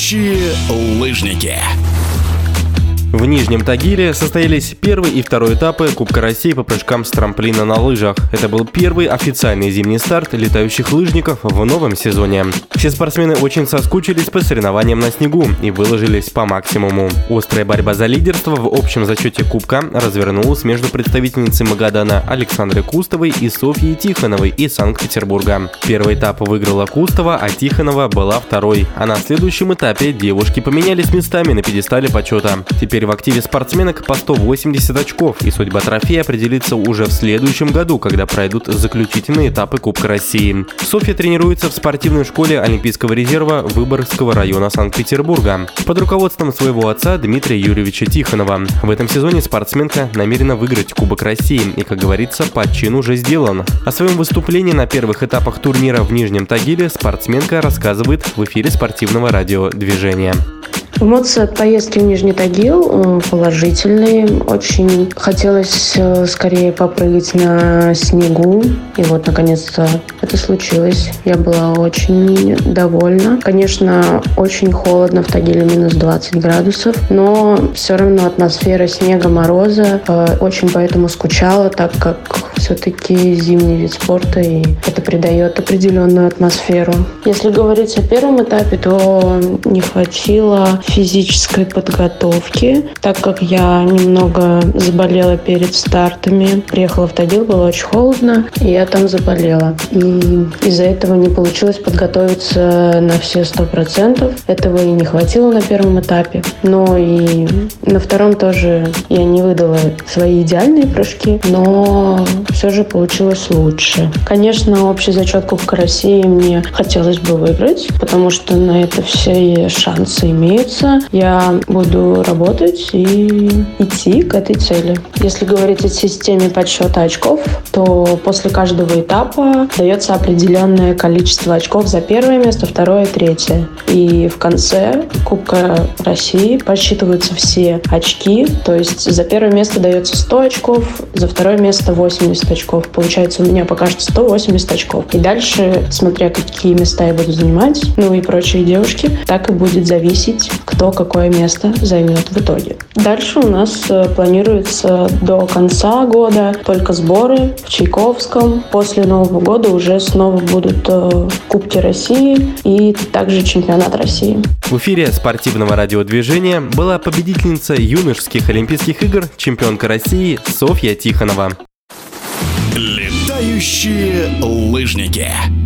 Летающие лыжники. В Нижнем Тагиле состоялись первый и второй этапы Кубка России по прыжкам с трамплина на лыжах. Это был первый официальный зимний старт летающих лыжников в новом сезоне. Все спортсмены очень соскучились по соревнованиям на снегу и выложились по максимуму. Острая борьба за лидерство в общем зачете Кубка развернулась между представительницей Магадана Александрой Кустовой и Софьей Тихоновой из Санкт-Петербурга. Первый этап выиграла Кустова, а Тихонова была второй. А на следующем этапе девушки поменялись местами на пьедестале почета. Теперь в активе спортсменок по 180 очков, и судьба трофея определится уже в следующем году, когда пройдут заключительные этапы Кубка России. Софья тренируется в спортивной школе Олимпийского резерва Выборгского района Санкт-Петербурга под руководством своего отца Дмитрия Юрьевича Тихонова. В этом сезоне спортсменка намерена выиграть Кубок России, и, как говорится, подчин уже сделан. О своем выступлении на первых этапах турнира в Нижнем Тагиле спортсменка рассказывает в эфире спортивного радиодвижения. Эмоции от поездки в Нижний Тагил положительные. Очень хотелось скорее попрыгать на снегу. И вот, наконец-то, это случилось. Я была очень довольна. Конечно, очень холодно в Тагиле, минус 20 градусов. Но все равно атмосфера снега, мороза. Очень поэтому скучала, так как все-таки зимний вид спорта, и это придает определенную атмосферу. Если говорить о первом этапе, то не хватило физической подготовки, так как я немного заболела перед стартами. Приехала в Тагил, было очень холодно, и я там заболела. И из-за этого не получилось подготовиться на все 100%. Этого и не хватило на первом этапе. Но и на втором тоже я не выдала свои идеальные прыжки, но все же получилось лучше. Конечно, общий зачет Кубка России мне хотелось бы выиграть, потому что на это все шансы имеются. Я буду работать и идти к этой цели. Если говорить о системе подсчета очков, то после каждого этапа дается определенное количество очков за первое место, второе, третье. И в конце Кубка России подсчитываются все очки. То есть за первое место дается 100 очков, за второе место 80 очков. Получается, у меня пока что 180 очков. И дальше, смотря какие места я буду занимать, ну и прочие девушки, так и будет зависеть, кто какое место займет в итоге. Дальше у нас планируется до конца года только сборы в Чайковском. После Нового года уже снова будут Кубки России и также чемпионат России. В эфире спортивного радиодвижения была победительница юношеских Олимпийских игр, чемпионка России Софья Тихонова. Летающие лыжники.